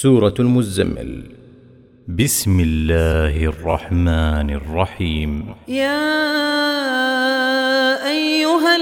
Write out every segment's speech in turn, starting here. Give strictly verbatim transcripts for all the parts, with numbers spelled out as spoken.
سورة المزمل. بسم الله الرحمن الرحيم. يا أيها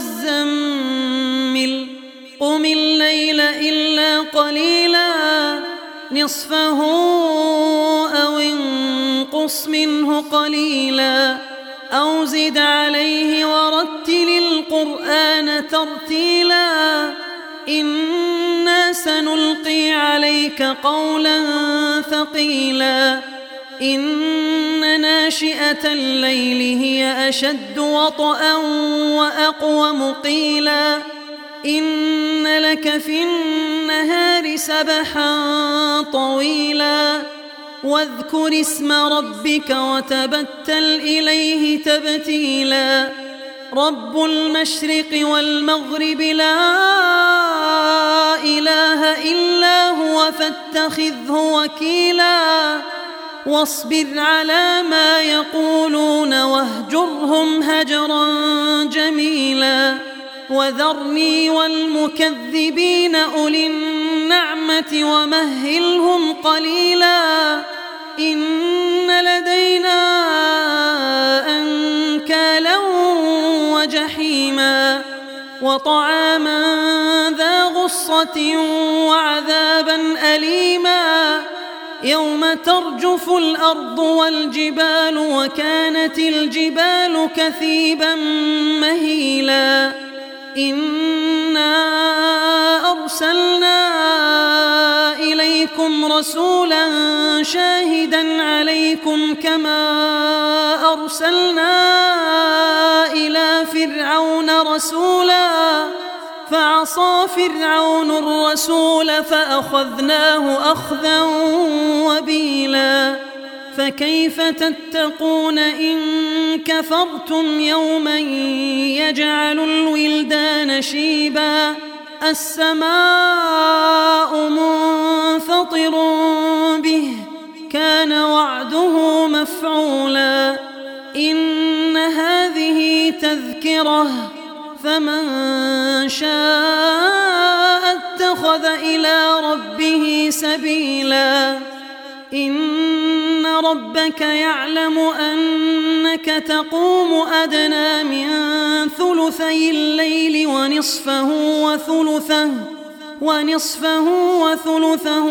المزمل قم الليل إلا قليلا نصفه أو انقص منه قليلا أو زد عليه ورتل القرآن ترتيلا إنا سنلقي عليك قولا ثقيلا إن ناشئة الليل هي أشد وطئا وأقوم قيلا إن لك في النهار سبحا طويلا واذكر اسم ربك وتبتل إليه تبتيلا رب المشرق والمغرب لا إله إلا هو فاتخذه وكيلا واصبر على ما يقولون واهجرهم هجرا جميلا وذرني والمكذبين أولي النعمة ومهلهم قليلا إن لدينا أنكالا وجحيما وطعاما ذا غصة وعذابا أليما يوم ترجف الأرض والجبال وكانت الجبال كثيبا مهيلا إنا أرسلنا إليكم رسولا شاهدا عليكم كما أرسلنا إلى فرعون رسولا فعصى فرعون الرسول فأخذناه أخذا وبيلا فكيف تتقون إن كفرتم يوما يجعل الولدان شيبا السماء منفطر به كان وعده مفعولا إن هذه تذكرة فمن شاء اتخذ إلى ربه سبيلا إن ربك يعلم أنك تقوم أدنى من ثلثي الليل ونصفه وثلثه ونصفه وثلثه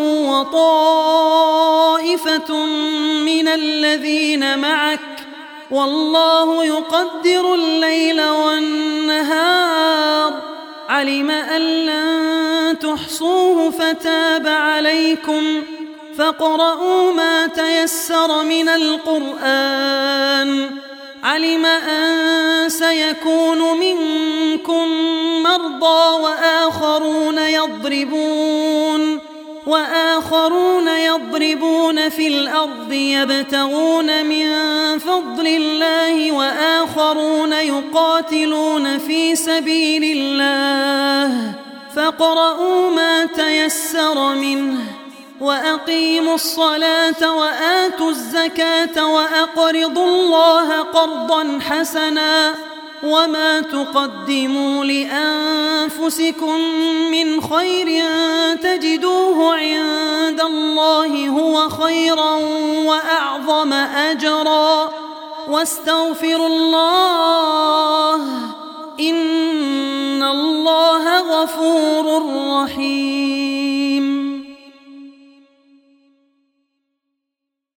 وطائفة من الذين معك والله يقدر الليل والنهار علم أن لن تحصوه فتاب عليكم فاقرؤوا ما تيسر من القرآن علم أن سيكون منكم مرضى وآخرون يضربون وآخرون يضربون في الأرض يبتغون من فضل الله وآخرون يقاتلون في سبيل الله فاقرؤوا ما تيسر منه وأقيموا الصلاة وآتوا الزكاة وأقرضوا الله قرضا حسنا وما تقدموا لأنفسكم من خير تجدوه عند الله هو خيرا وأعظم أجرا واستغفروا الله إن الله غفور رحيم.